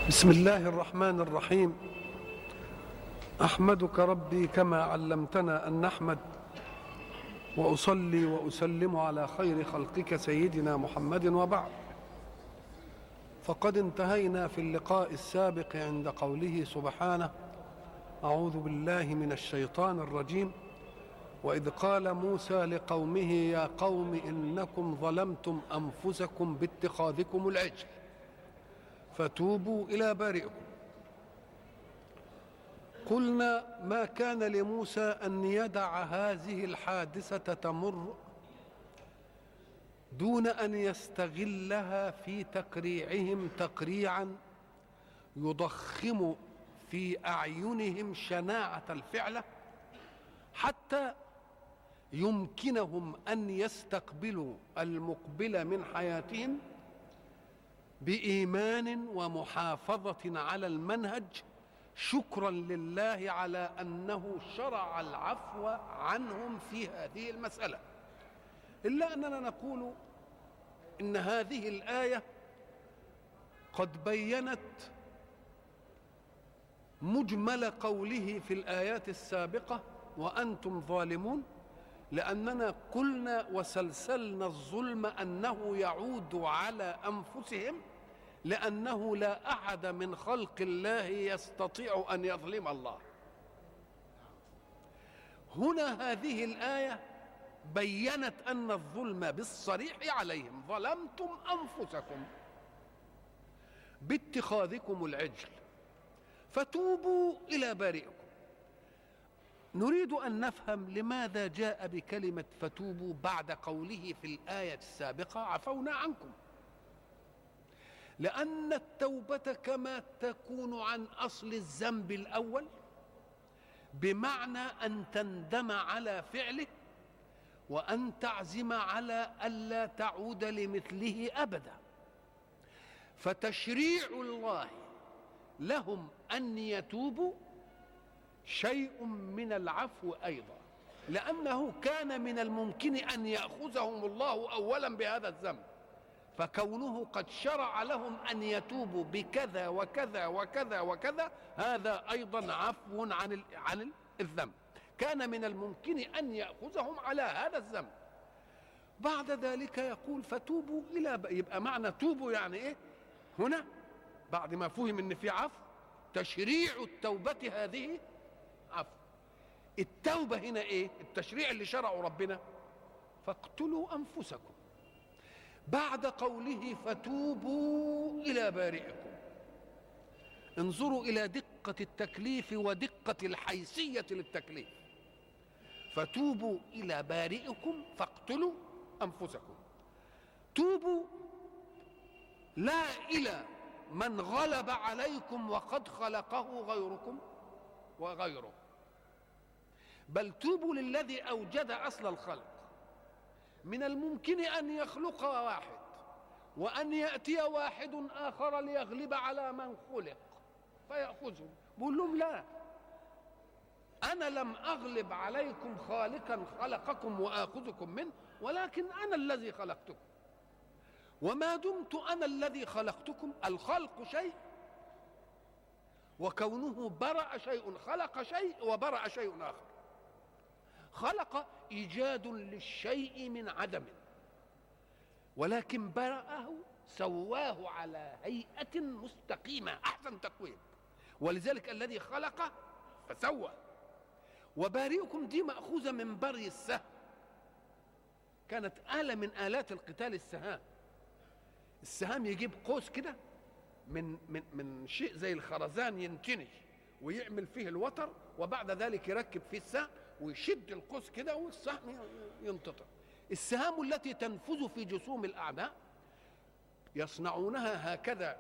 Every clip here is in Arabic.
بسم الله الرحمن الرحيم. أحمدك ربي كما علمتنا أن نحمد، وأصلي وأسلم على خير خلقك سيدنا محمد، وبعد. فقد انتهينا في اللقاء السابق عند قوله سبحانه: أعوذ بالله من الشيطان الرجيم. وإذ قال موسى لقومه يا قوم إنكم ظلمتم أنفسكم باتخاذكم العجل فتوبوا إلى بارئكم. قلنا ما كان لموسى أن يدع هذه الحادثة تمر دون أن يستغلها في تقريعهم تقريعا يضخم في أعينهم شناعة الفعلة، حتى يمكنهم أن يستقبلوا المقبل من حياتهم بإيمان ومحافظة على المنهج، شكرا لله على أنه شرع العفو عنهم في هذه المسألة. إلا أننا نقول إن هذه الآية قد بيّنت مجمل قوله في الآيات السابقة وأنتم ظالمون، لأننا قلنا وسلسلنا الظلم أنه يعود على أنفسهم، لأنه لا أحد من خلق الله يستطيع أن يظلم الله. هنا هذه الآية بيّنت أن الظلم بالصريح عليهم، ظلمتم أنفسكم باتخاذكم العجل فتوبوا إلى بارئكم. نريد أن نفهم لماذا جاء بكلمة فتوبوا بعد قوله في الآية السابقة عفونا عنكم. لأن التوبة كما تكون عن أصل الذنب الأول، بمعنى أن تندم على فعله وأن تعزم على ألا تعود لمثله أبدا. فتشريع الله لهم أن يتوبوا شيء من العفو أيضا، لأنه كان من الممكن أن يأخذهم الله أولا بهذا الذنب، فكونه قد شرع لهم أن يتوبوا بكذا وكذا وكذا وكذا هذا أيضا عفو عن الذنب، كان من الممكن أن يأخذهم على هذا الذنب. بعد ذلك يقول فتوبوا يبقى معنى توبوا يعني إيه هنا؟ بعد ما فهم إن في عفو، تشريع التوبة هذه عفو. التوبة هنا إيه؟ التشريع اللي شرعه ربنا فاقتلوا أنفسكم. بعد قوله فتوبوا إلى بارئكم، انظروا إلى دقة التكليف ودقة الحيثية للتكليف. فتوبوا إلى بارئكم فاقتلوا أنفسكم. توبوا لا إلى من غلب عليكم وقد خلقه غيركم وغيره، بل توبوا للذي أوجد أصل الخلق. من الممكن أن يخلق واحد وأن يأتي واحد آخر ليغلب على من خلق فيأخذه، بقول لهم لا، أنا لم أغلب عليكم خالقا خلقكم وآخذكم منه، ولكن أنا الذي خلقتكم. وما دمت أنا الذي خلقتكم، الخلق شيء وكونه برأ شيء، خلق شيء وبرأ شيء آخر. خلق إيجاد للشيء من عدم، ولكن برأه سواه على هيئة مستقيمة أحسن تقويم، ولذلك الذي خلق فسوى. وبارئكم دي مأخوذة من بري السهم، كانت آلة من آلات القتال السهام. السهام يجيب قوس كده من شيء زي الخرزان ينتنج ويعمل فيه الوتر، وبعد ذلك يركب فيه السهم ويشد القوس كده والسهم ينتطع. السهام التي تنفذ في جسوم الأعداء يصنعونها هكذا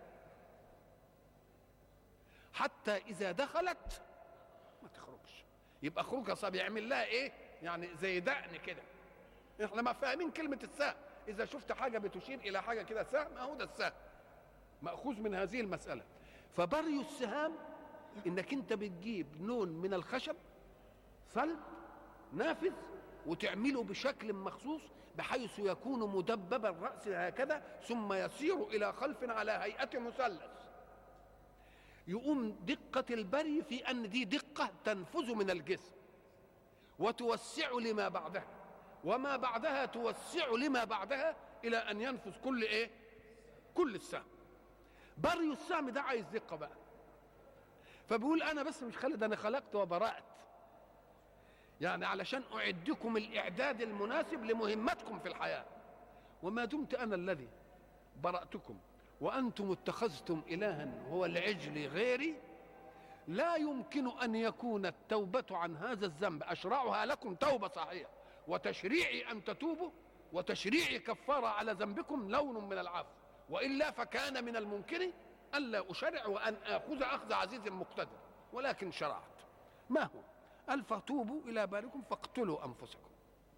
حتى إذا دخلت ما تخرجش. يبقى خروجها صعب، يعمل لها إيه؟ يعني زي دقن كده. إحنا ما فاهمين كلمة السهم. إذا شفت حاجة بتشير إلى حاجة كده سهم، أهو ده السهم مأخوذ من هذه المسألة. فبري السهام إنك أنت بتجيب لون من الخشب صلب نافذ وتعمله بشكل مخصوص بحيث يكون مدبب الرأس هكذا، ثم يسير إلى خلف على هيئة مثلث. يقوم دقة البري في أن دي دقة تنفذ من الجسم وتوسع لما بعدها، وما بعدها توسع لما بعدها إلى أن ينفذ كل إيه؟ كل السهم. بري السهم ده عايز دقة بقى، فبيقول أنا بس مش خالد، أنا خلقت وبرأت، يعني علشان أعدكم الإعداد المناسب لمهمتكم في الحياة. وما دمت أنا الذي برأتكم وأنتم اتخذتم إلها هو العجل غيري، لا يمكن أن يكون التوبة عن هذا الذنب أشرعها لكم توبة صحيحة وتشريعي أن تتوبوا وتشريعي كفارة على ذنبكم لون من العفو، وإلا فكان من الممكن ألا أشرع وأن آخذ أخذ عزيز مقتدر، ولكن شرعت. ما هو؟ قال فتوبوا إلى بارئكم فاقتلوا أنفسكم.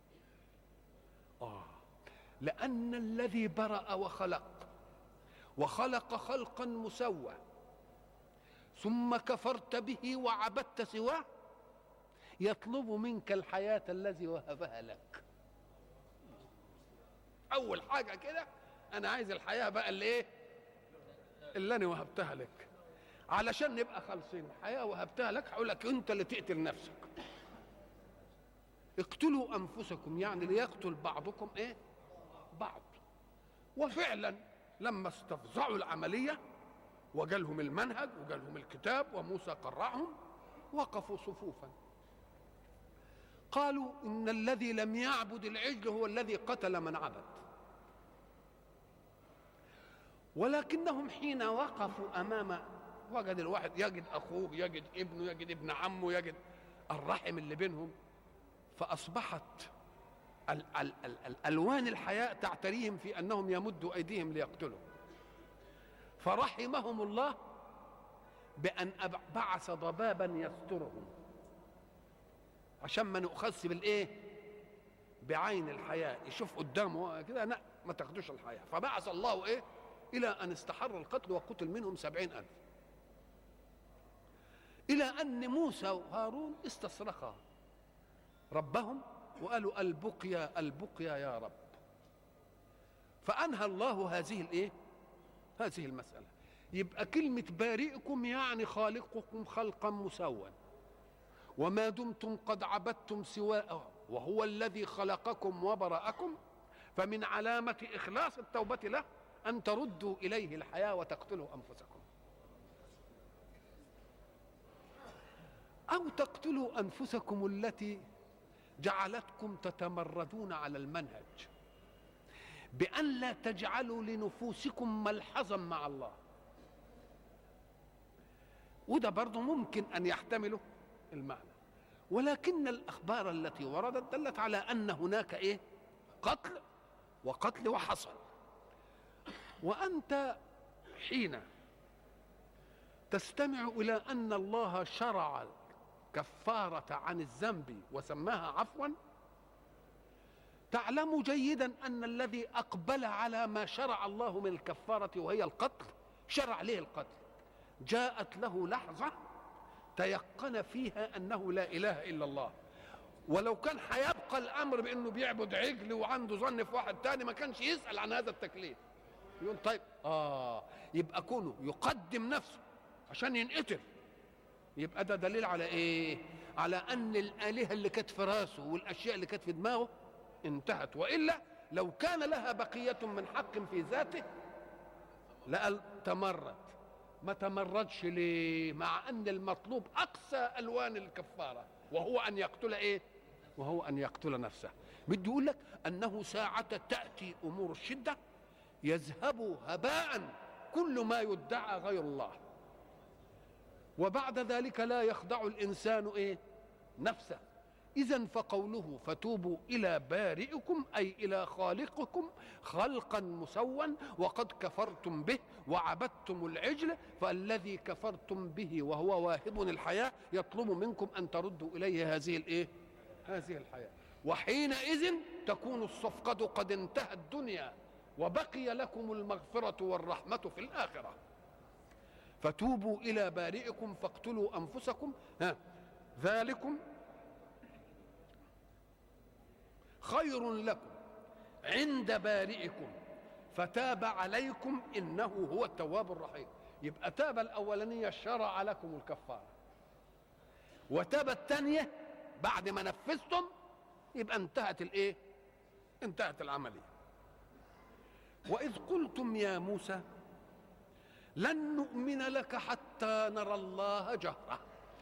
لأن الذي برأ وخلق خلقا مسوى ثم كفرت به وعبدت سواه يطلب منك الحياة الذي وهبها لك. أول حاجة كده أنا عايز الحياة بقى اللي أنا وهبتها لك، علشان نبقى خالصين. الحياة وهبتها لك، هقول لك أنت اللي تقتل نفسك. اقتلوا أنفسكم يعني ليقتل بعضكم بعض. وفعلا لما استفزعوا العملية وجالهم المنهج وجالهم الكتاب وموسى قرعهم وقفوا صفوفا، قالوا إن الذي لم يعبد العجل هو الذي قتل من عبد. ولكنهم حين وقفوا أمام وجد الواحد يجد أخوه، يجد ابنه، يجد ابن عمه، يجد الرحم اللي بينهم، فأصبحت الألوان الحياة تعتريهم في أنهم يمدوا أيديهم ليقتلوا. فرحمهم الله بأن بعث ضبابا يسترهم عشان ما نؤخذش بعين الحياة، يشوف قدامه كده لا ما تاخدوش الحياة. فبعث الله إلى أن استحر القتل وقتل منهم 70,000، إلى أن موسى وهارون استصرخا ربهم وقالوا البقيا البقيا يا رب، فأنهى الله هذه المسألة. يبقى كلمة بارئكم يعني خالقكم خلقا مسوى، وما دمتم قد عبدتم سواءه وهو الذي خلقكم وبرأكم، فمن علامة إخلاص التوبة له أن تردوا إليه الحياة وتقتلوا أنفسكم، أو تقتلوا أنفسكم التي جعلتكم تتمردون على المنهج بأن لا تجعلوا لنفوسكم ملحظا مع الله. وده برضه ممكن أن يحتمله المعنى، ولكن الأخبار التي وردت دلت على أن هناك قتل وقتل وحصل. وأنت حين تستمع إلى أن الله شرع كفارة عن الذنب وسماها عفوا، تعلم جيدا أن الذي أقبل على ما شرع الله من الكفارة وهي القتل شرع له القتل. جاءت له لحظة تيقن فيها أنه لا إله إلا الله، ولو كان هيبقى الأمر بأنه بيعبد عجل وعنده ظن في واحد تاني ما كانش يسأل عن هذا التكليف. يقول طيب يبقى كونه يقدم نفسه عشان ينقتل، يبقى ده دليل على على أن الآلهة اللي كانت في راسه والأشياء اللي كانت في دماغه انتهت، وإلا لو كان لها بقية من حق في ذاته لقال تمرد. ما تمردش ليه؟ مع أن المطلوب أقصى ألوان الكفارة وهو أن يقتل وهو أن يقتل نفسه. بدي يقول لك أنه ساعة تأتي أمور الشدة يذهب هباء كل ما يدعى غير الله، وبعد ذلك لا يخضع الإنسان نفسه. إذن فقوله فتوبوا إلى بارئكم أي إلى خالقكم خلقا مسوى وقد كفرتم به وعبدتم العجل، فالذي كفرتم به وهو واهب الحياة يطلب منكم أن تردوا إليه هذه الحياة. وحينئذ تكون الصفقة قد انتهت الدنيا وبقي لكم المغفرة والرحمة في الآخرة. فتوبوا إلى بارئكم فاقتلوا أنفسكم ذلكم خير لكم عند بارئكم فتاب عليكم إنه هو التواب الرحيم. يبقى تاب الاولانيه شرع لكم الكفاره، وتاب الثانيه بعد ما نفذتم، يبقى انتهت الايه؟ انتهت العمليه. واذ قلتم يا موسى لن نؤمن لك حتى نرى الله جهرة.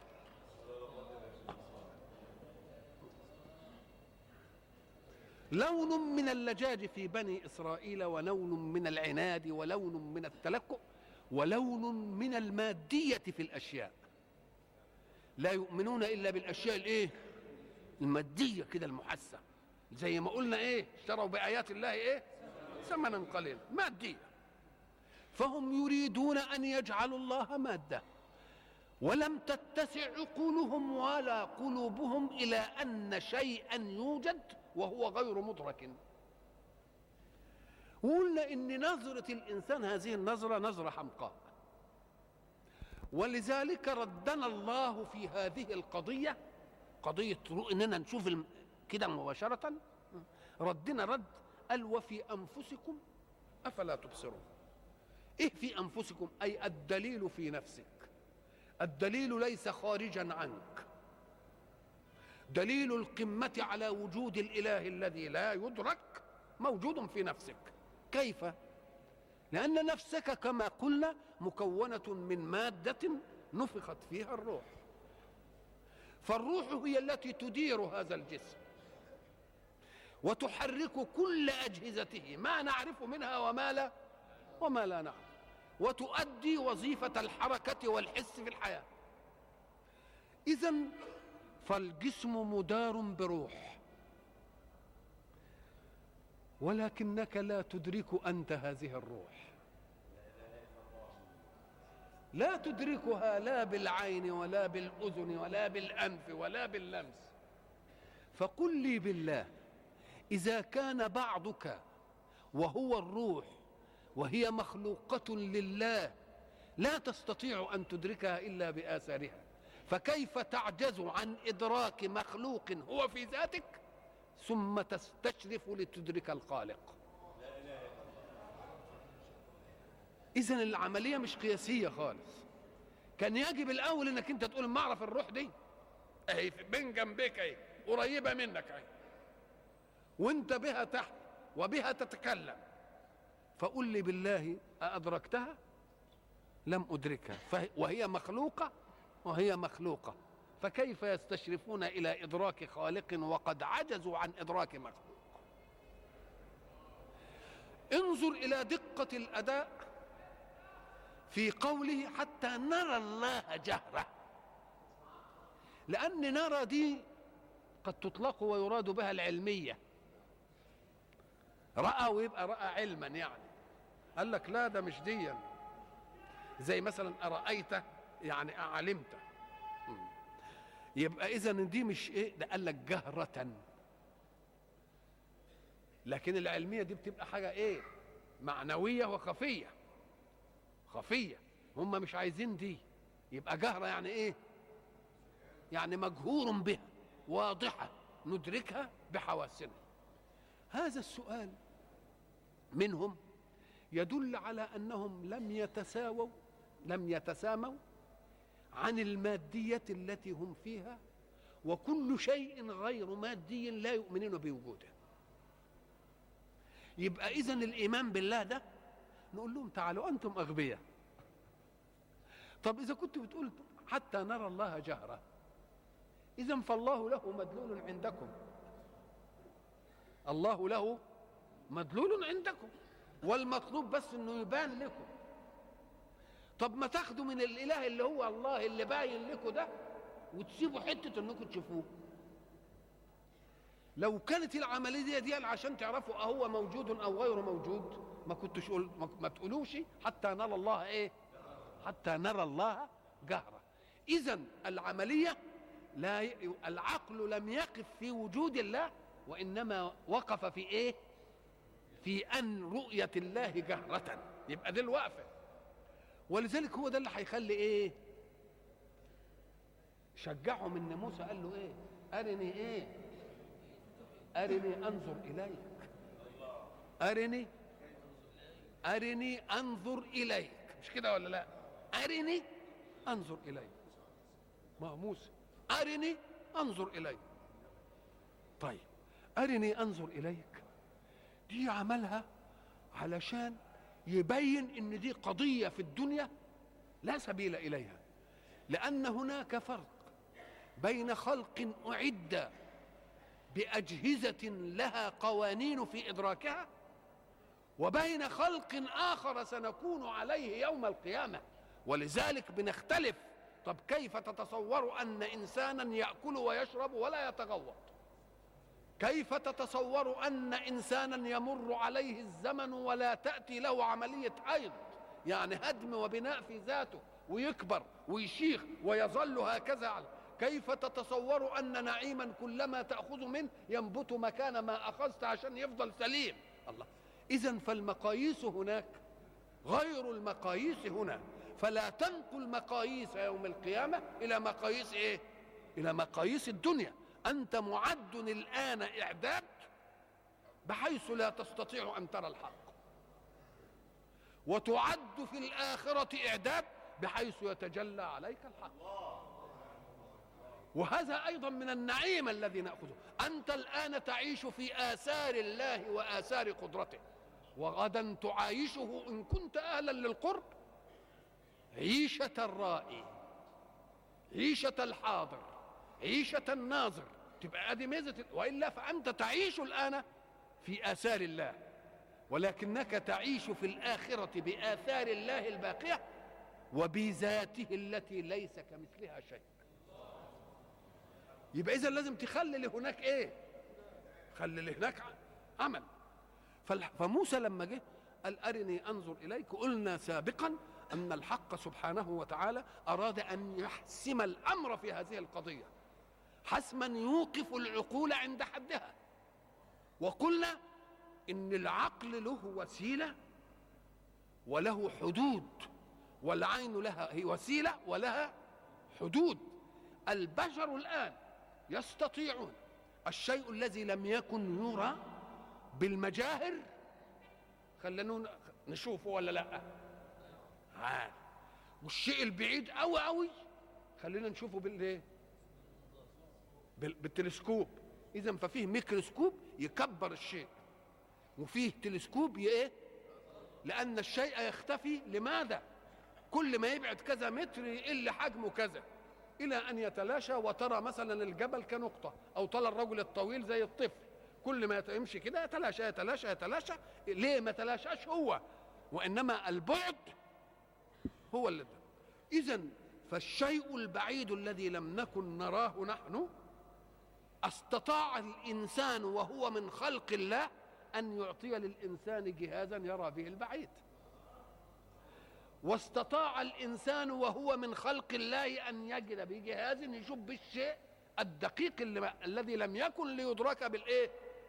لون من اللجاج في بني إسرائيل، ولون من العناد، ولون من التلكؤ، ولون من المادية في الأشياء. لا يؤمنون إلا بالأشياء الإيه؟ المادية كده المحسة، زي ما قلنا إيه؟ اشتروا بآيات الله إيه؟ ثمنا قليلا، مادية. فهم يريدون أن يجعلوا الله مادة، ولم تتسع عقولهم ولا قلوبهم إلى أن شيئا يوجد وهو غير مدرك. وقلنا إن نظرة الإنسان هذه النظرة نظرة حمقاء، ولذلك ردنا الله في هذه القضية، قضية إننا نشوف كده مباشرة، ردنا رد قال وفي أنفسكم أفلا تبصرون. إيه في أنفسكم؟ أي الدليل في نفسك. الدليل ليس خارجا عنك، دليل القمة على وجود الإله الذي لا يدرك موجود في نفسك. كيف؟ لأن نفسك كما قلنا مكونة من مادة نفخت فيها الروح، فالروح هي التي تدير هذا الجسم وتحرك كل أجهزته، ما نعرف منها وما لا نعرف، وتؤدي وظيفة الحركة والحس في الحياة. إذن فالجسم مدار بروح، ولكنك لا تدرك أنت هذه الروح، لا تدركها لا بالعين ولا بالأذن ولا بالأنف ولا باللمس. فقل لي بالله، إذا كان بعضك وهو الروح وهي مخلوقة لله لا تستطيع أن تدركها إلا بآثارها، فكيف تعجز عن إدراك مخلوق هو في ذاتك ثم تستشرف لتدرك الخالق؟ إذن العملية مش قياسية خالص. كان يجب الأول إنك أنت تقول ما أعرف الروح دي أهي بين جنبك أهي قريبة منك أهي وأنت بها تحت وبها تتكلم، فقل لي بالله أدركتها؟ لم أدركها، وهي مخلوقة، فكيف يستشرفون إلى إدراك خالق وقد عجزوا عن إدراك مخلوق؟ انظر إلى دقة الأداء في قوله حتى نرى الله جهرة، لأن نرى دي قد تطلق ويراد بها العلمية، رأى ويبقى رأى علما، يعني قال لك لا ده مش ديا، زي مثلا أرأيت يعني أعلمت، يبقى إذن دي مش إيه ده، قال لك جهرة. لكن العلمية دي بتبقى حاجة إيه؟ معنوية وخفية، خفية، هم مش عايزين دي، يبقى جهرة يعني إيه؟ يعني مجهور بها، واضحة ندركها بحواسنا. هذا السؤال منهم يدل على أنهم لم يتساموا عن المادية التي هم فيها، وكل شيء غير مادي لا يؤمنون بوجوده. يبقى إذن الإيمان بالله ده نقول لهم تعالوا أنتم أغبياء، طب إذا كنت بتقول حتى نرى الله جهرة، إذن فالله له مدلول عندكم، الله له مدلول عندكم، والمطلوب بس انه يبان لكم. طب ما تاخدوا من الاله اللي هو الله اللي باين لكم ده وتسيبوا حته انكم تشوفوه. لو كانت العمليه دي عشان تعرفوا اهو موجود او غير موجود ما كنتش ما تقولوش حتى نرى الله ايه؟ حتى نرى الله جهرة. اذن العمليه العقل لم يقف في وجود الله، وانما وقف في ايه؟ في أن رؤية الله جهرة، يبقى دي الوقفة. ولذلك هو ده اللي هيخلي إيه؟ شجعهم إن موسى قال له إيه؟ أرني إيه؟ أرني أنظر إليك، أرني أنظر إليك، مش كده ولا لا؟ أرني أنظر إليك. ما موسى أرني أنظر إليك. طيب أرني أنظر إليك دي عملها علشان يبين إن دي قضية في الدنيا لا سبيل إليها، لأن هناك فرق بين خلق أعد بأجهزة لها قوانين في إدراكها وبين خلق آخر سنكون عليه يوم القيامة. ولذلك بنختلف. طب كيف تتصور أن إنسانا يأكل ويشرب ولا يتغوط؟ كيف تتصور أن إنسانا يمر عليه الزمن ولا تأتي له عملية حيض، يعني هدم وبناء في ذاته، ويكبر ويشيخ ويظل هكذا؟ كيف تتصور أن نعيما كلما تأخذ منه ينبت مكان ما أخذت عشان يفضل سليم؟ الله. إذن فالمقاييس هناك غير المقاييس هنا، فلا تنقل مقاييس يوم القيامة إلى مقاييس إيه؟ إلى مقاييس الدنيا. أنت معد الآن إعداد بحيث لا تستطيع أن ترى الحق، وتعد في الآخرة إعداد بحيث يتجلى عليك الحق. وهذا أيضا من النعيم الذي نأخذه. أنت الآن تعيش في آثار الله وآثار قدرته، وغدا تعايشه إن كنت أهلا للقرب عيشة الرائي، عيشة الحاضر، عيشة الناظر. تبقى هذه ميزة. وإلا فأنت تعيش الآن في آثار الله، ولكنك تعيش في الآخرة بآثار الله الباقية وبذاته التي ليس كمثلها شيء. يبقى إذا لازم تخلي هناك إيه؟ خلي هناك عمل. فموسى لما جه قال أرني أنظر إليك، قلنا سابقا أن الحق سبحانه وتعالى أراد أن يحسم الأمر في هذه القضية حسما يوقف العقول عند حدها. وقلنا إن العقل له وسيلة وله حدود، والعين لها هي وسيلة ولها حدود. البشر الآن يستطيعون الشيء الذي لم يكن يرى بالمجاهر، خلينا نشوفه ولا لا، والشيء البعيد قوي قوي خلينا نشوفه بالايه؟ بالتلسكوب. اذا ففيه ميكروسكوب يكبر الشيء، وفيه تلسكوب ايه؟ لان الشيء يختفي. لماذا؟ كل ما يبعد كذا متر يقل حجمه كذا، الى ان يتلاشى وترى مثلا الجبل كنقطه، او ترى الرجل الطويل زي الطفل، كل ما يمشي كده يتلاشى يتلاشى يتلاشى. ليه ما تلاشاش هو؟ وانما البعد هو اللي ده. اذن فالشيء البعيد الذي لم نكن نراه نحن استطاع الانسان وهو من خلق الله ان يعطي للانسان جهازا يرى به البعيد، واستطاع الانسان وهو من خلق الله ان يجد بجهاز يشوف بالشيء الدقيق الذي لم يكن ليدرك بالايه؟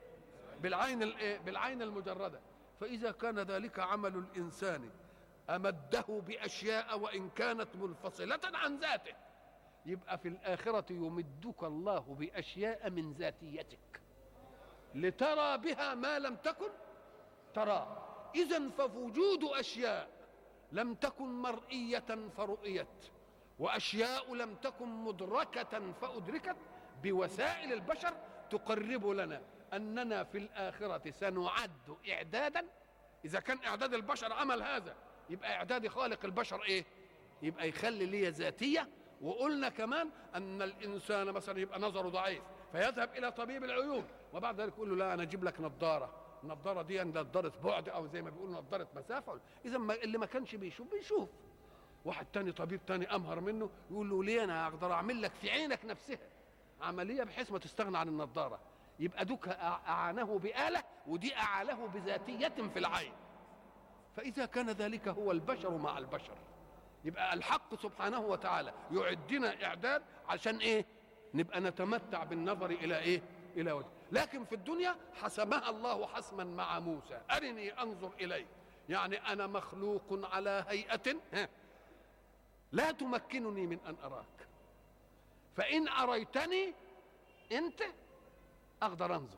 بالعين المجرده. فاذا كان ذلك عمل الانسان امده باشياء وان كانت منفصله عن ذاته، يبقى في الاخره يمدك الله باشياء من ذاتيتك لترى بها ما لم تكن تراه. اذن فوجود اشياء لم تكن مرئيه فرؤيت، واشياء لم تكن مدركه فادركت بوسائل البشر تقرب لنا اننا في الاخره سنعد اعدادا. اذا كان اعداد البشر عمل هذا، يبقى اعداد خالق البشر ايه؟ يبقى يخلي لي ذاتيه. وقلنا كمان ان الانسان مثلا يبقى نظره ضعيف فيذهب الى طبيب العيون، وبعد ذلك يقول له لا انا اجيب لك نظاره، النظاره دي نظاره بعد او زي ما بيقولوا نظاره مسافه. اذا اللي ما كانش بيشوف. واحد تاني طبيب تاني امهر منه يقول له ليه انا اقدر اعمل لك في عينك نفسها عمليه بحيث ما تستغنى عن النظاره. يبقى دوك اعانه بآلة ودي اعاله بذاتيه في العين. فاذا كان ذلك هو البشر مع البشر، يبقى الحق سبحانه وتعالى يعدنا اعداد عشان ايه؟ نبقى نتمتع بالنظر الى ايه؟ الى وجه. لكن في الدنيا حسمها الله حسما مع موسى، ارني انظر اليك، يعني انا مخلوق على هيئه لا تمكنني من ان اراك، فان اريتني انت اقدر انظر.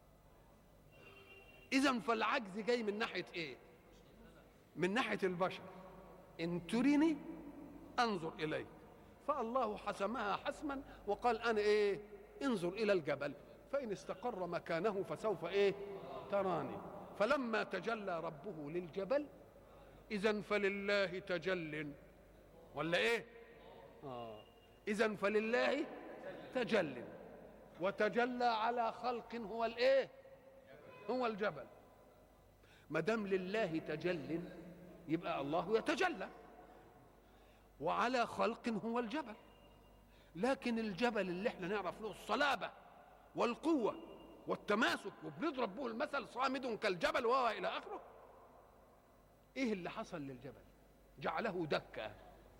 اذا فالعجز جاي من ناحيه ايه؟ من ناحيه البشر. ان ترني انظر اليك. فالله حسمها حسما وقال انا ايه؟ انظر الى الجبل فان استقر مكانه فسوف ايه؟ تراني. فلما تجلى ربه للجبل اذا فلله تجل، ولا ايه؟ اذا فلله تجل، وتجلى على خلق هو الايه؟ هو الجبل. ما دام لله تجل يبقى الله يتجلى، وعلى خلق هو الجبل. لكن الجبل اللي احنا نعرف له الصلابة والقوة والتماسك وبنضرب به المثل صامد كالجبل وهو إلى آخره، ايه اللي حصل للجبل؟ جعله دكا،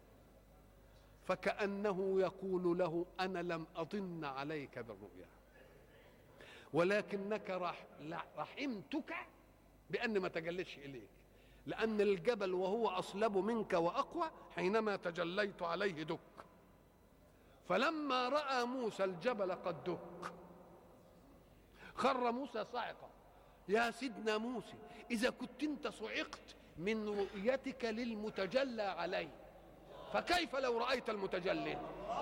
فكأنه يقول له أنا لم أطن عليك بالرؤيا، ولكنك رحمتك بأن ما تجلتش إليك، لأن الجبل وهو أصلب منك وأقوى حينما تجليت عليه دك. فلما رأى موسى الجبل قد دك خر موسى صاعقا. يا سيدنا موسى، إذا كنت أنت صعقت من رؤيتك للمتجلى عليه، فكيف لو رأيت المتجلي؟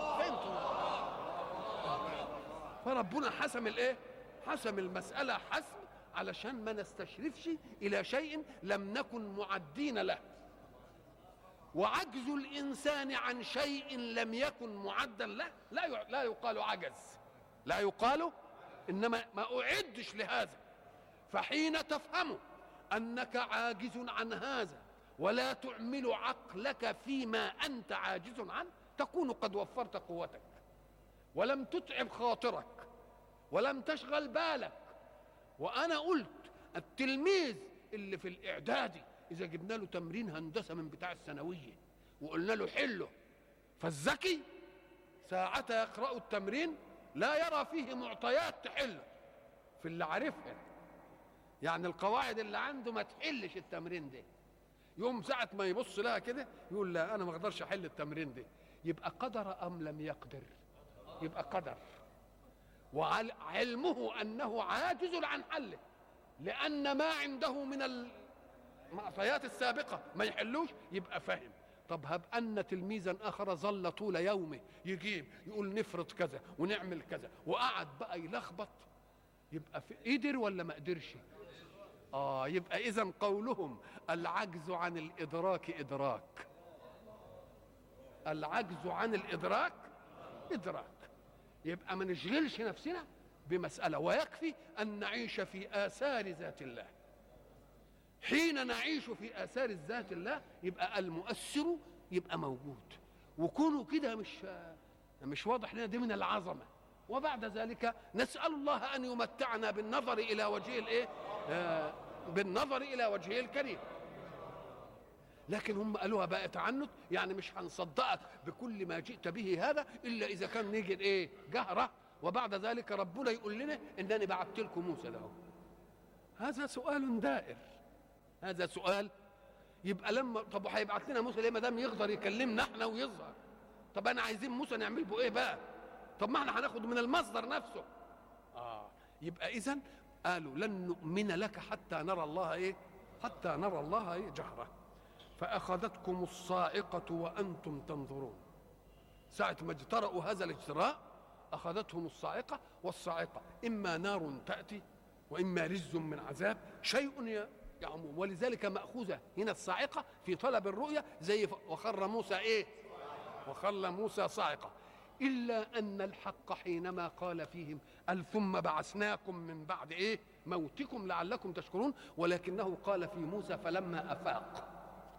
فربنا حسم الايه؟ حسم المسألة حسم علشان ما نستشرفش إلى شيء لم نكن معدين له. وعجز الإنسان عن شيء لم يكن معدا له لا يقال عجز، لا يقال، إنما ما أعدش لهذا. فحين تفهم أنك عاجز عن هذا ولا تعمل عقلك فيما أنت عاجز عنه، تكون قد وفرت قوتك ولم تتعب خاطرك ولم تشغل بالك. وأنا قلت التلميذ اللي في الإعدادي إذا جبنا له تمرين هندسة من بتاع الثانوية وقلنا له حله، فالذكي ساعتها يقرأ التمرين لا يرى فيه معطيات تحله في اللي عارفها، يعني القواعد اللي عنده ما تحلش التمرين ده. يوم ساعة ما يبص لها كده يقول لا أنا ما أقدرش أحل التمرين ده. يبقى قدر أم لم يقدر؟ يبقى قدر، وعلمه أنه عاجز عن حله لأن ما عنده من المعطيات السابقة ما يحلوش. يبقى فهم. طب هب أن تلميذا آخر ظل طول يومه يجيب يقول نفرض كذا ونعمل كذا وقعد بقى يلخبط، يبقى قدر ولا ما قدرش؟ يبقى إذن قولهم العجز عن الإدراك إدراك، العجز عن الإدراك إدراك. يبقى ما نشغلش نفسنا بمسألة، ويكفي أن نعيش في آثار ذات الله. حين نعيش في آثار ذات الله يبقى المؤثر يبقى موجود، وكونه كده مش واضح لنا، دي من العظمة. وبعد ذلك نسأل الله أن يمتعنا بالنظر إلى وجهه الإيه؟ بالنظر إلى وجهه الكريم. لكن هم قالوها بقى تعنت، يعني مش هنصدقك بكل ما جئت به هذا إلا إذا كان نيجي إيه؟ جهرة، وبعد ذلك ربنا يقول لنا إنني بعت لكم موسى له. هذا سؤال دائر، هذا سؤال. يبقى لما طب هيبعت لنا موسى ليه ما دام يقدر يكلمنا احنا ويظهر؟ طب انا عايزين موسى نعمل به ايه بقى؟ طب ما احنا هناخد من المصدر نفسه. يبقى اذن قالوا لن نؤمن لك حتى نرى الله ايه؟ حتى نرى الله ايه؟ جهره. فاخذتكم الصاعقه وانتم تنظرون. ساعه ما اجترأوا هذا الاجتراء اخذتهم الصاعقه، والصاعقه اما نار تاتي واما رجز من عذاب، شيء يعموم. ولذلك مأخوذة هنا الصاعقة في طلب الرؤية زي وخر موسى ايه؟ وخر موسى صاعقة. إلا أن الحق حينما قال فيهم ثم بعثناكم من بعد ايه؟ موتكم لعلكم تشكرون، ولكنه قال في موسى فلما أفاق.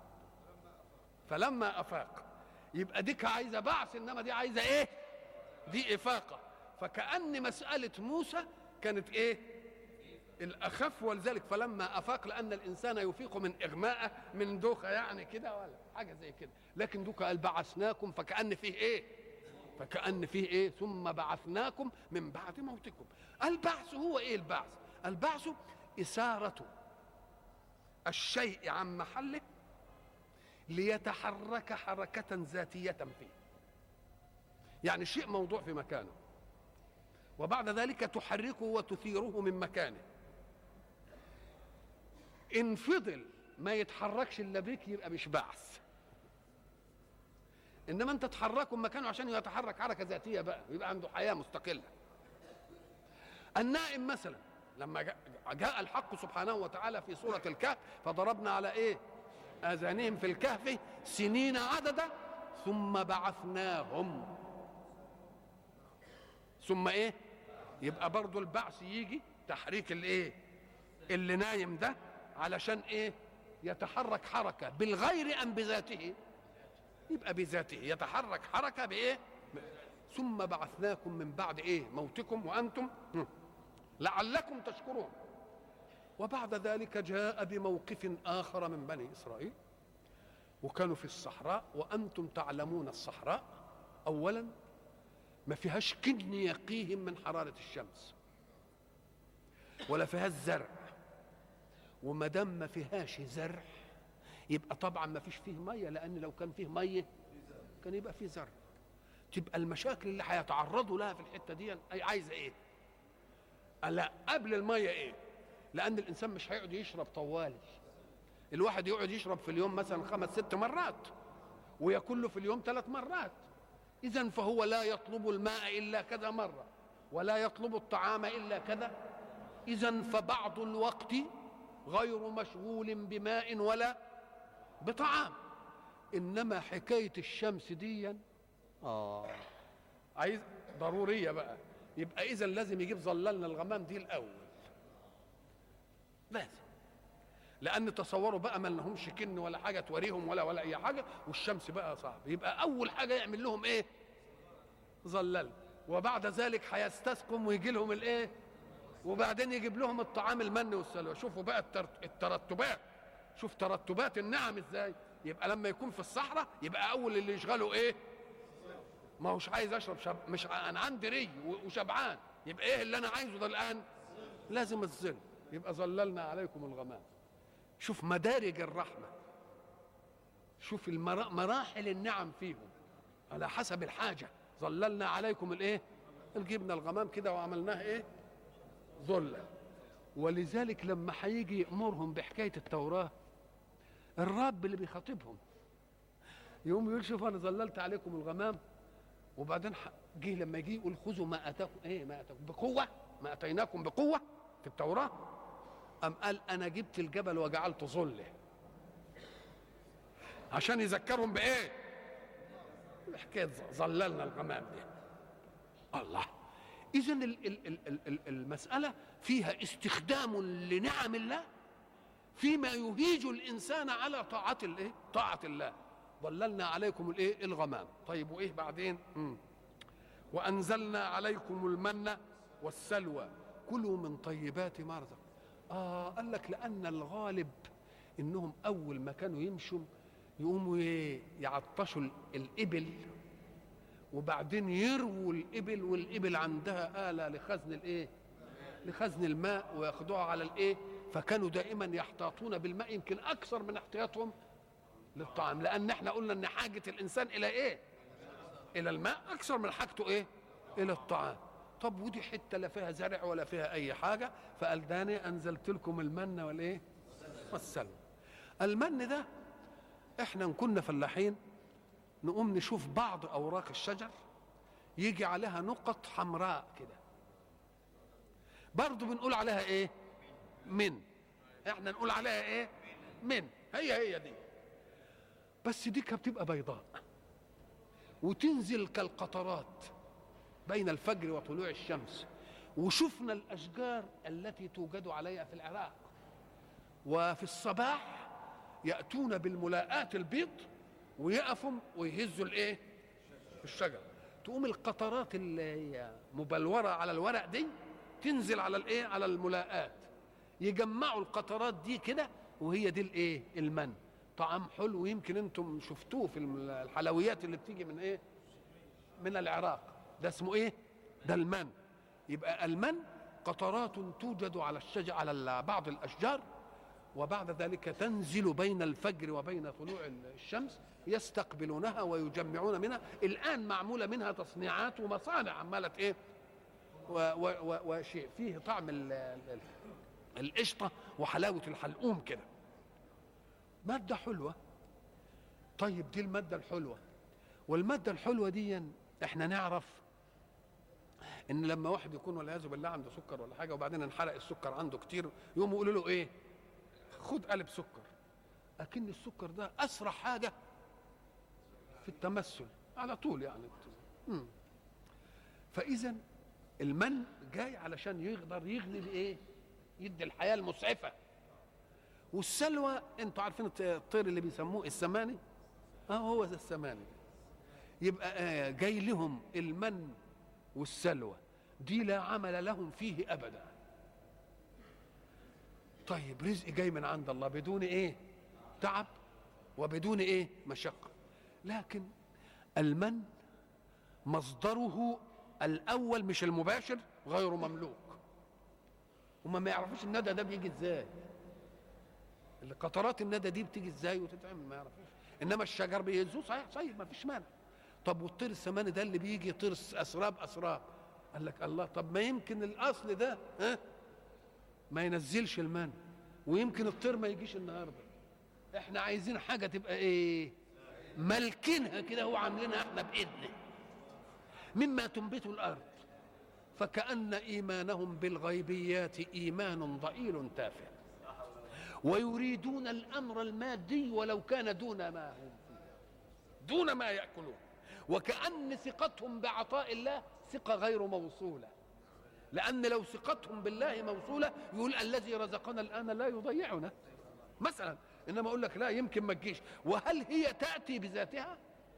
فلما أفاق يبقى ديك عايزة بعث، إنما دي عايزة ايه؟ دي إفاقة. فكأن مسألة موسى كانت ايه؟ الأخف. ولذلك فلما أفاق، لأن الإنسان يفيق من إغماءه، من دوخة يعني كده ولا حاجة زي كده. لكن دوكا قال بعثناكم، فكأن فيه إيه؟ فكأن فيه إيه؟ ثم بعثناكم من بعد موتكم. البعث هو إيه البعث؟ البعث إثارة الشيء عن محله ليتحرك حركة ذاتية فيه. يعني شيء موضوع في مكانه وبعد ذلك تحركه وتثيره من مكانه. إن فضل ما يتحركش إلا بك يبقى مش بعث. انما انت تحركه مكانه عشان يتحرك حركه ذاتيه بقى، يبقى عنده حياه مستقله. النائم مثلا لما جاء الحق سبحانه وتعالى في سوره الكهف فضربنا على ايه؟ اذانهم في الكهف سنين عددا ثم بعثناهم. ثم ايه؟ يبقى برضو البعث يجي تحريك الايه؟ اللي نايم ده علشان ايه؟ يتحرك حركه بالغير ام بذاته؟ يبقى بذاته يتحرك حركه بايه؟ ثم بعثناكم من بعد ايه؟ موتكم وانتم لعلكم تشكرون. وبعد ذلك جاء بموقف آخر من بني إسرائيل، وكانوا في الصحراء وأنتم تعلمون الصحراء أولا ما فيهاش كن يقيهم من حرارة الشمس، ولا فيهاش زرع، وما دام ما فيهاش زرع يبقى طبعا ما فيش فيه ميه، لأن لو كان فيه ميه كان يبقى فيه زرع. تبقى المشاكل اللي هيتعرضوا لها في الحتة دي عايزة إيه؟ لا قبل الميه ايه؟ لان الانسان مش هيقعد يشرب طوالي. الواحد يقعد يشرب في اليوم مثلا 5 6 مرات وياكل له في اليوم 3 مرات، اذا فهو لا يطلب الماء الا كذا مره ولا يطلب الطعام الا كذا. اذا فبعض الوقت غير مشغول بماء ولا بطعام. انما حكايه الشمس دي عايز ضروريه بقى، يبقى اذا لازم يجيب ظللنا الغمام دي الاول، لازم، لان تصوروا بقى ما لهمش كن ولا حاجه توريهم ولا اي حاجه، والشمس بقى صعب، يبقى اول حاجه يعمل لهم ايه؟ ظلل. وبعد ذلك هيستسقم ويجي لهم الايه؟ وبعدين يجيب لهم الطعام المن والسلوى. شوفوا بقى الترتبات، شوف ترتبات النعم ازاي. يبقى لما يكون في الصحراء يبقى اول اللي يشغله ايه؟ ما هوش عايز اشرب مش انا عندي ري وشبعان، يبقى ايه اللي انا عايزه ده الان؟ لازم الظل. يبقى ظللنا عليكم الغمام. شوف مدارج الرحمه، شوف مراحل النعم فيهم على حسب الحاجه. ظللنا عليكم الايه؟ جبنا الغمام كده وعملناه ايه؟ ظلا. ولذلك لما هيجي يامرهم بحكايه التوراه، الرب اللي بيخاطبهم يقوم يقول شوف انا ظللت عليكم الغمام، وبعدين جه لما يجي يقول خذوا ما اتاكم ايه؟ ما اتاكم بقوه، ما اتيناكم بقوه في التوراه. ام قال انا جبت الجبل وجعلته ظله عشان يذكرهم بايه؟ حكايه ظللنا الغمام دي. الله. اذا المساله فيها استخدام لنعم الله فيما يهيج الانسان على طاعه الايه؟ طاعه الله. ظللنا عليكم الايه؟ الغمام. طيب وايه بعدين؟ وانزلنا عليكم المن والسلوى كلوا من طيبات ما رزقكم. قال لك لان الغالب انهم اول ما كانوا يمشوا يقوموا يعطشوا الابل، وبعدين يرووا الابل، والابل عندها آلة لخزن الايه؟ لخزن الماء، وياخدوها على الايه؟ فكانوا دائما يحتاطون بالماء يمكن اكثر من احتياطهم للطعام، لان احنا قلنا ان حاجه الانسان الى ايه؟ الى الماء اكثر من حاجته ايه؟ الى الطعام. طب ودي حته لا فيها زرع ولا فيها اي حاجه، فقال داني انزلت لكم المن والايه؟ والسلوى. المن ده احنا ان كنا فلاحين نقوم نشوف بعض اوراق الشجر يجي عليها نقط حمراء كده، برضه بنقول عليها ايه؟ من. احنا نقول عليها ايه؟ من. هي دي، بس دي بتبقى بيضاء وتنزل كالقطرات بين الفجر وطلوع الشمس. وشفنا الاشجار التي توجد عليها في العراق، وفي الصباح ياتون بالملاءات البيض ويقفوا ويهزوا الايه؟ الشجر، تقوم القطرات اللي هي مبلوره على الورق دي تنزل على الايه؟ على الملاءات، يجمعوا القطرات دي كده، وهي دي الايه؟ المن. طعام حلو، ويمكن انتم شفتوه في الحلويات اللي بتيجي من ايه؟ من العراق. ده اسمه ايه؟ ده المن. يبقى المن قطرات توجد على الشجر، على بعض الاشجار، وبعد ذلك تنزل بين الفجر وبين طلوع الشمس، يستقبلونها ويجمعون منها. الان معموله منها تصنيعات ومصانع عماله ايه؟ وشيء فيه طعم القشطه وحلاوه الحلقوم كده، ماده حلوه. طيب دي الماده الحلوه، والماده الحلوه دي احنا نعرف ان لما واحد يكون والعياذ بالله عنده سكر ولا حاجه، وبعدين انحرق السكر عنده كتير، يقوموا يقولوا له ايه؟ خد قالب سكر. اكن السكر ده اسرع حاجه في التمثل على طول يعني. فاذا المن جاي علشان يقدر يغني الايه؟ يدي الحياه المسعفه. والسلوى انتوا عارفين الطير اللي بيسموه السماني، هو ده السماني. يبقى جاي لهم المن والسلوى دي لا عمل لهم فيه ابدا. طيب رزق جاي من عند الله بدون ايه؟ تعب وبدون ايه؟ مشقه. لكن المن مصدره الاول مش المباشر غير مملوك. هما ما يعرفوش الندى ده بيجي ازاي، قطرات الندى دي بتيجي ازاي وتتعمل، ما يعرفوش. انما الشجر بيهزوه صحيح طيب ما فيش مانع. طب والطير السماني ده اللي بيجي طير اسراب، قال لك الله، طب ما يمكن الاصل ده ما ينزلش المن، ويمكن الطير ما يجيش النهارده. احنا عايزين حاجه تبقى ايه؟ ملكينها كده، هو عاملينها احنا بايدنا مما تنبت الارض. فكأن ايمانهم بالغيبيات ايمان ضئيل تافه، ويريدون الامر المادي ولو كان دون ما هم فيه، دون ما ياكلون. وكأن ثقتهم بعطاء الله ثقه غير موصوله، لأن لو ثقتهم بالله موصولة يقول الذي رزقنا الآن لا يضيعنا مثلا. إنما أقول لك لا يمكن ما تجيش. وهل هي تأتي بذاتها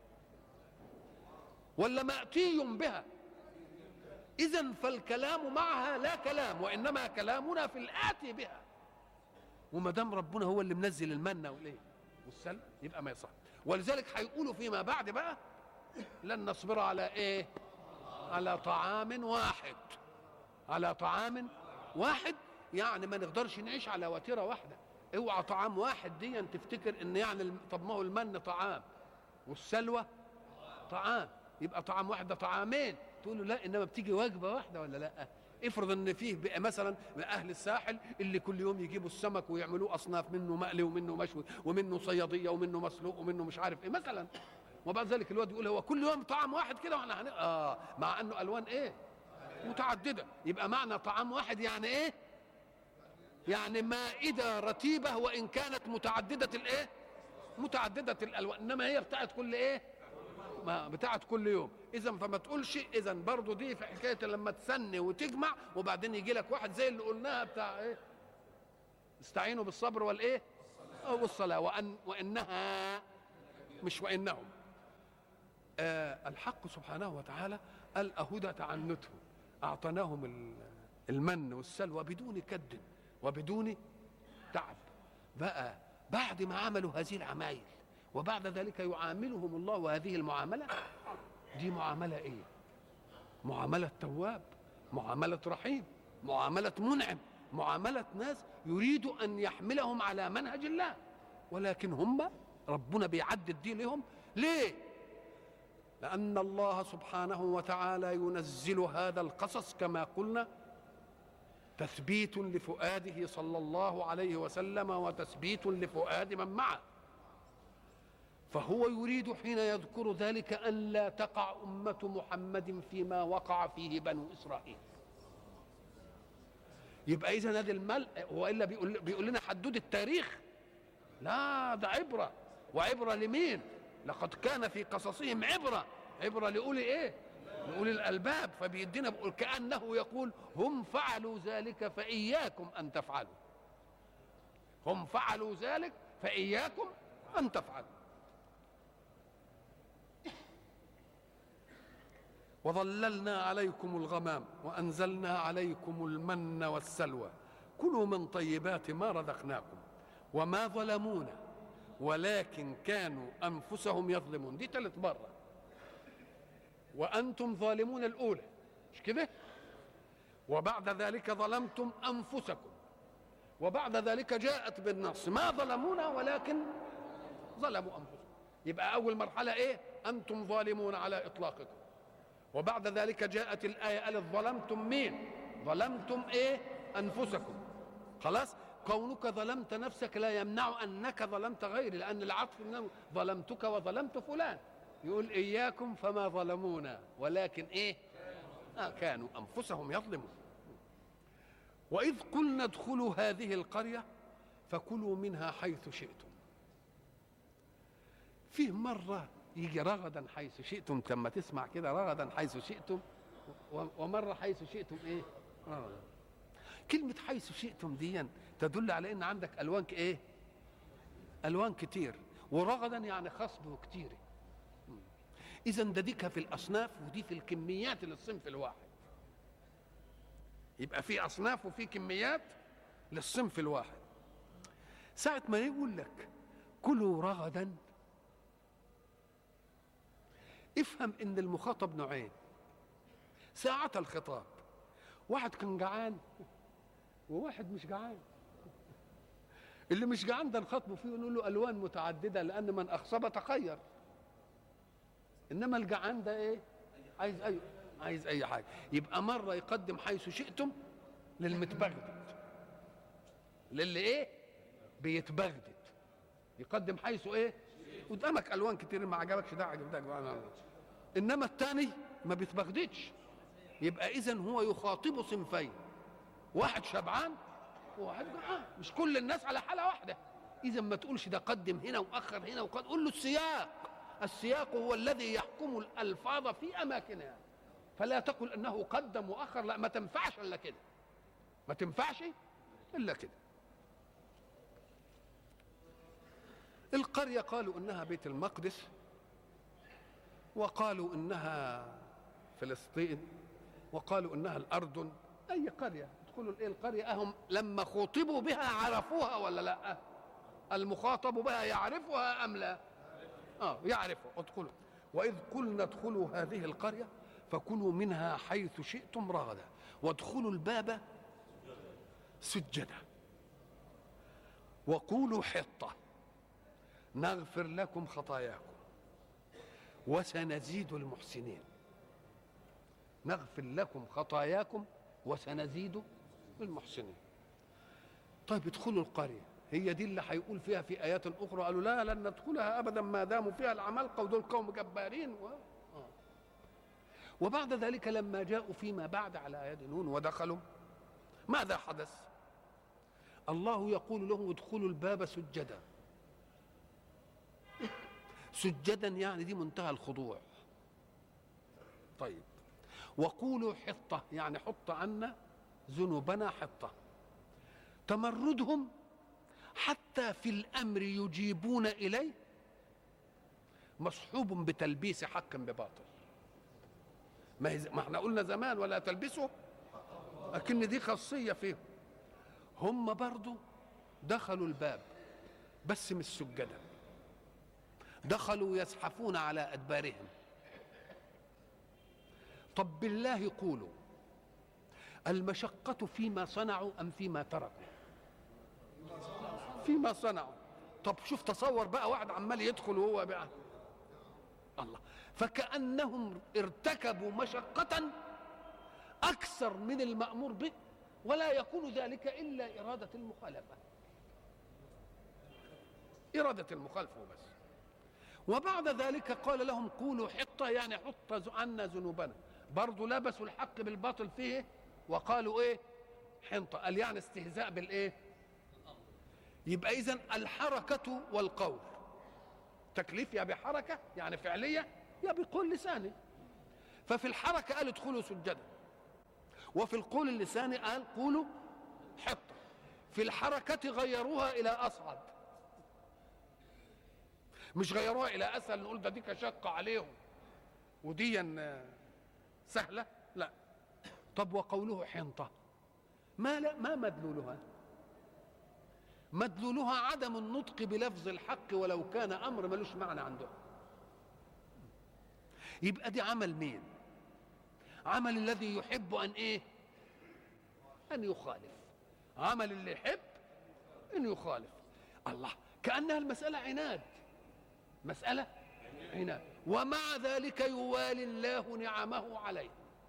ولا مأتي بها؟ إذن فالكلام معها لا كلام، وإنما كلامنا في الآتي بها. وما دام ربنا هو اللي منزل المنة والإيه والسلم يبقى ما يصح. ولذلك هيقولوا فيما بعد بقى لن نصبر على إيه؟ على طعام واحد. على طعام واحد يعني ما نقدرش نعيش على وتيره واحده. اوعى طعام واحد دي تفتكر ان يعني طب ما هو المن طعام والسلوى طعام، يبقى طعام واحد ده طعامين. تقول له لا، انما بتيجي وجبه واحده ولا لا؟ افرض ان فيه بقى مثلا من اهل الساحل اللي كل يوم يجيبوا السمك ويعملوه اصناف، منه مقلي ومنه مشوي ومنه صياديه ومنه مسلوق ومنه مش عارف ايه مثلا، وبعد ذلك الواد يقول هو كل يوم طعام واحد كده واحنا مع انه الوان ايه؟ متعددة. يبقى معنى طعام واحد يعني ايه؟ يعني مائدة رتيبة وإن كانت متعددة الايه؟ متعددة الألوان، إنما هي بتاعت كل ايه؟ ما بتاعت كل يوم. إذا فما تقولش إذا برضو دي في حكاية لما تسني وتجمع وبعدين يجي لك واحد زي اللي قلناها بتاع ايه؟ استعينوا بالصبر والايه؟ أو الصلاة وإنها مش وإنهم. الحق سبحانه وتعالى قال أهدى تعنته، أعطناهم المن والسلوى بدون كد وبدون تعب. بقى بعد ما عملوا هذه العمايل وبعد ذلك يعاملهم الله، وهذه المعاملة دي معاملة إيه؟ معاملة تواب، معاملة رحيم، معاملة منعم، معاملة ناس يريد أن يحملهم على منهج الله، ولكن هم ربنا بيعدد دي لهم. ليه؟ لأن الله سبحانه وتعالى ينزل هذا القصص كما قلنا تثبيت لفؤاده صلى الله عليه وسلم وتثبيت لفؤاد من معه. فهو يريد حين يذكر ذلك أن لا تقع أمة محمد فيما وقع فيه بنو إسرائيل. يبقى إذن هذا الملء، وإلا بيقول لنا حدود التاريخ؟ لا، ده عبرة. وعبرة لمين؟ لقد كان في قصصهم عبرة لأولي ايه؟ لأولي الألباب. فبيدينا كأنه يقول هم فعلوا ذلك فإياكم أن تفعلوا، هم فعلوا ذلك فإياكم أن تفعلوا. وظللنا عليكم الغمام وأنزلنا عليكم المن والسلوى كلوا من طيبات ما رزقناكم وما ظلمونا ولكن كانوا أنفسهم يظلمون. دي 3 مرة. وأنتم ظالمون الأولى مش كده؟ وبعد ذلك ظلمتم أنفسكم، وبعد ذلك جاءت بالنص ما ظلمونا ولكن ظلموا أنفسهم. يبقى أول مرحلة إيه؟ أنتم ظالمون على إطلاقكم. وبعد ذلك جاءت الآية قالت ظلمتم مين؟ ظلمتم إيه؟ أنفسكم. خلاص؟ كونك ظلمت نفسك لا يمنع أنك ظلمت غيري، لأن العطف ظلمتك وظلمت فلان. يقول إياكم فما ظلمونا ولكن إيه؟ كانوا أنفسهم يظلمون. وإذ قلنا ادخلوا هذه القرية فكلوا منها حيث شئتم. فيه مرة يجي رغدا حيث شئتم، لما تسمع كده رغدا حيث شئتم، ومرة حيث شئتم إيه؟ رغدا. كلمة حيث شئتم دي تدل على إن عندك ألوان إيه؟ ألوان كتير، ورغدا يعني خصب وكتير. إذا ده ديكها في الأصناف ودي في الكميات للصنف الواحد. يبقى في أصناف وفي كميات للصنف الواحد. ساعة ما يقول لك كلوا رغدا افهم إن المخاطب نوعين ساعة الخطاب، واحد كان جعان وواحد مش جعان. اللي مش جعان ده نخاطبه فيه ونقول له ألوان متعددة لأن من أخصب تخير، إنما الجعان ده إيه؟ عايز أي حاجة. يبقى مرة يقدم حيث شئتم للمتبغدد، للي إيه؟ بيتبغدد يقدم حيث إيه؟ قدامك ألوان كتير، ما عجبكش ده عجب ده، إنما الثاني ما بيتبغددش. يبقى إذن هو يخاطب صنفين، واحد شبعان وواحد جعان، مش كل الناس على حالة واحدة. إذا ما تقولش ده قدم هنا وأخر هنا قول له السياق هو الذي يحكم الألفاظ في أماكنها، فلا تقل أنه قدم وأخر، لا، ما تنفعش إلا كده، ما تنفعش إلا كده. القرية قالوا إنها بيت المقدس، وقالوا إنها فلسطين، وقالوا إنها الأردن. أي قرية ادخلوا القرية أهم لما خوطبوا بها عرفوها ولا لا؟ المخاطب بها يعرفها أم لا؟ يعرفها. ادخلوا. وإذ قلنا ادخلوا هذه القرية فكلوا منها حيث شئتم رغدا وادخلوا الباب سجدا وقولوا حطة نغفر لكم خطاياكم وسنزيد المحسنين. نغفر لكم خطاياكم وسنزيد المحسنين. طيب ادخلوا القرية، هي دي اللي هيقول فيها في آيات أخرى قالوا لا لن ندخلها أبدا ما داموا فيها العمالقة ودول قوم جبارين وبعد ذلك لما جاءوا فيما بعد على يد نون ودخلوا ماذا حدث؟ الله يقول لهم ادخلوا الباب سجدا. سجدا يعني دي منتهى الخضوع. طيب وقولوا حطة يعني حط عنا ذنوبنا حطة. تمردهم حتى في الأمر يجيبون إليه مصحوب بتلبيس حق بباطل. ما احنا قلنا زمان ولا تلبسوا، لكن دي خاصية فيهم. هم برضو دخلوا الباب بس مش سجدا، دخلوا يزحفون على أدبارهم. طب بالله قولوا المشقة فيما صنعوا أم فيما تركوا؟ فيما صنعوا. طب شوف تصور بقى واحد عمال يدخل وهو بقى الله، فكأنهم ارتكبوا مشقة أكثر من المأمور به، ولا يكون ذلك إلا إرادة المخالفة، إرادة المخالفة بس. وبعد ذلك قال لهم قولوا حطة يعني حط عنا ذنوبنا. برضو لبسوا الحق بالباطل فيه وقالوا ايه؟ حنطة. قال يعني استهزاء بالايه؟ يبقى إذن الحركة والقول تكليف، يا بحركة يعني فعلية يا بقول لساني. ففي الحركة قال ادخلوا سجدا، وفي القول اللساني قال قولوا حطة. في الحركة غيروها إلى أصعد، مش غيروها إلى أسهل نقول ده دي كشقة عليهم ودي سهلة، لا. طب وقوله حنطة ما مدلولها؟ مدلولها عدم النطق بلفظ الحق ولو كان أمر ملوش معنى عندهم. يبقى دي عمل مين؟ عمل الذي يحب أن إيه؟ أن يخالف. عمل اللي يحب أن يخالف. الله، كأنها المسألة عناد، مسألة عناد، ومع ذلك يوالي الله نعمه عليه.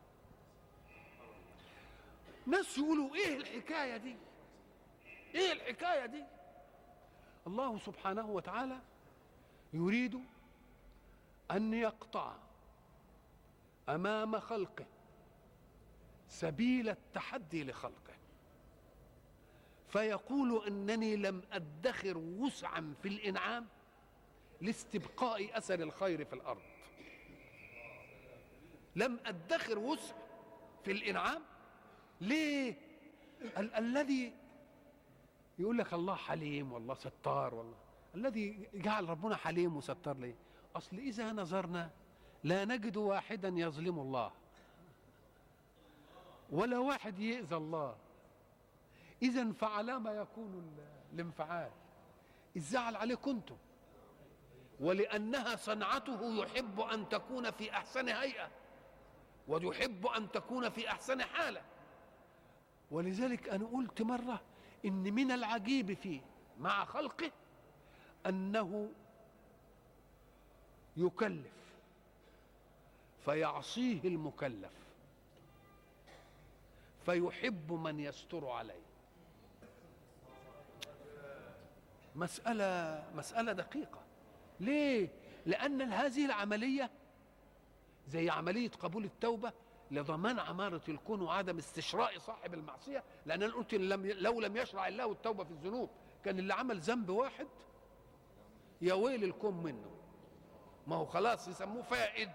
ناس يقولوا ايه الحكاية دي؟ ايه الحكاية دي؟ الله سبحانه وتعالى يريد أن يقطع أمام خلقه سبيل التحدي لخلقه، فيقول إنني لم أدخر وسعا في الإنعام لاستبقاء أثر الخير في الأرض. لم أدخر وسع في الإنعام. ليه؟ الذي يقول لك الله حليم والله ستار، والله الذي جعل ربنا حليم وستار ليه؟ أصل إذا نظرنا لا نجد واحدا يظلم الله ولا واحد يؤذى الله، إذا فعلى ما يكون الانفعال؟ الزعل عليكم انتم، ولأنها صنعته يحب أن تكون في أحسن هيئة ويحب أن تكون في أحسن حالة. ولذلك أنا قلت مرة إن من العجيب فيه مع خلقه أنه يكلف فيعصيه المكلف فيحب من يستر عليه. مسألة دقيقة. ليه؟ لأن هذه العملية زي عملية قبول التوبة لضمان عمارة الكون وعدم استشراء صاحب المعصية، لأن أنا قلت لو لم يشرع الله التوبة في الذنوب كان اللي عمل ذنب واحد يا ويل الكون منه، ما هو خلاص يسموه فائد.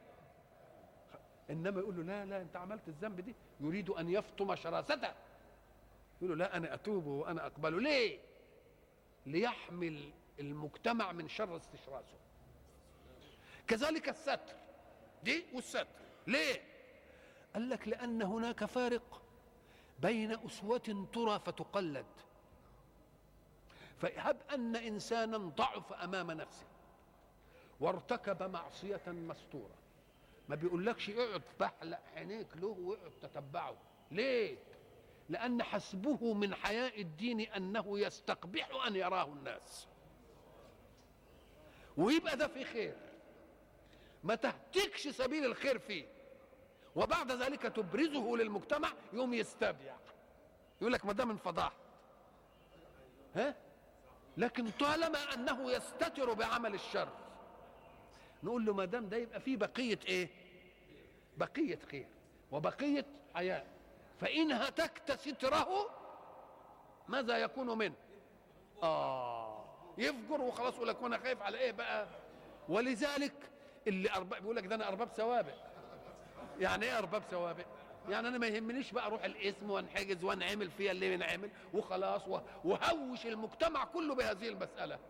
إنما يقول له لا أنت عملت الذنب دي، يريد أن يفطم شراسته، يقول له لا أنا أتوب وأنا أقبله. ليه؟ ليحمل المجتمع من شر استشراسه. كذلك الستر دي والستر. ليه؟ قال لك لأن هناك فارق بين أسوة ترى فتقلد. فهب أن إنسانا ضعف أمام نفسه وارتكب معصية مستورة، ما بيقولكش اقعد بحلق عينيك له واقعد تتبعه. ليه؟ لأن حسبه من حياء الدين أنه يستقبح أن يراه الناس، ويبقى ده في خير، ما تهتكش سبيل الخير فيه، وبعد ذلك تبرزه للمجتمع يوم يستبيع، يقول لك ما دام انفضحت. لكن طالما أنه يستتر بعمل الشر نقول له ما دام ده يبقى فيه بقية ايه؟ بقية خير وبقية حياة. فإن هتكت ستره ماذا يكون منه؟ يفجر وخلاص، يقول لك وانا خايف على ايه بقى؟ ولذلك اللي ارباب بيقول لك ده انا ارباب سوابق. يعني ايه ارباب سوابق؟ يعني انا ما يهمنيش بقى اروح الاسم وانحجز وانعمل فيها اللي بنعمل وخلاص وهوش المجتمع كله بهذه المسألة.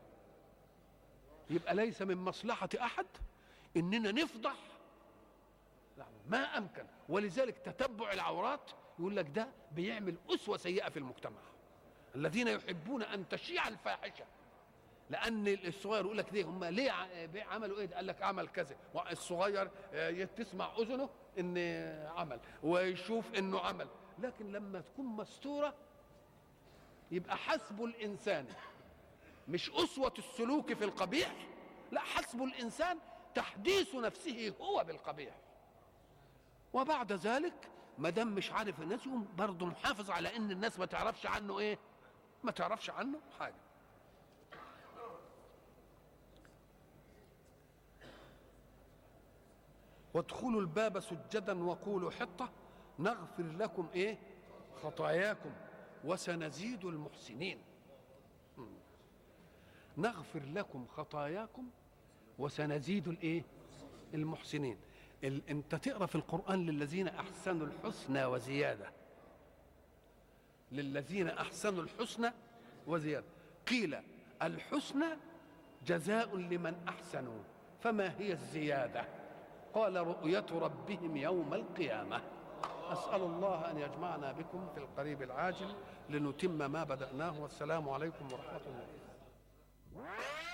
يبقى ليس من مصلحة احد اننا نفضح ما امكن. ولذلك تتبع العورات يقول لك ده بيعمل اسوة سيئة في المجتمع. الذين يحبون ان تشيع الفاحشة، لان الصغير يقول لك ليه هم ليه عملوا ايه؟ قال لك عمل كذا، والصغير تسمع اذنه ان عمل ويشوف انه عمل. لكن لما تكون مستورة يبقى حسب الانسان مش اسوة السلوك في القبيح، لا، حسب الانسان تحديث نفسه هو بالقبيح. وبعد ذلك ما دام مش عارف الناس يقوم برضه محافظ على ان الناس ما تعرفش عنه ايه؟ ما تعرفش عنه حاجه. وادخلوا الباب سجدا وقولوا حطة نغفر لكم ايه؟ خطاياكم وسنزيد المحسنين. نغفر لكم خطاياكم وسنزيد الايه؟ المحسنين. انت تقرا في القرآن للذين احسنوا الحسنى وزيادة، للذين احسنوا الحسنى وزيادة. قيل الحسنى جزاء لمن احسنوا، فما هي الزيادة؟ قال رؤية ربهم يوم القيامة. أسأل الله أن يجمعنا بكم في القريب العاجل لنتم ما بدأناه، والسلام عليكم ورحمة الله.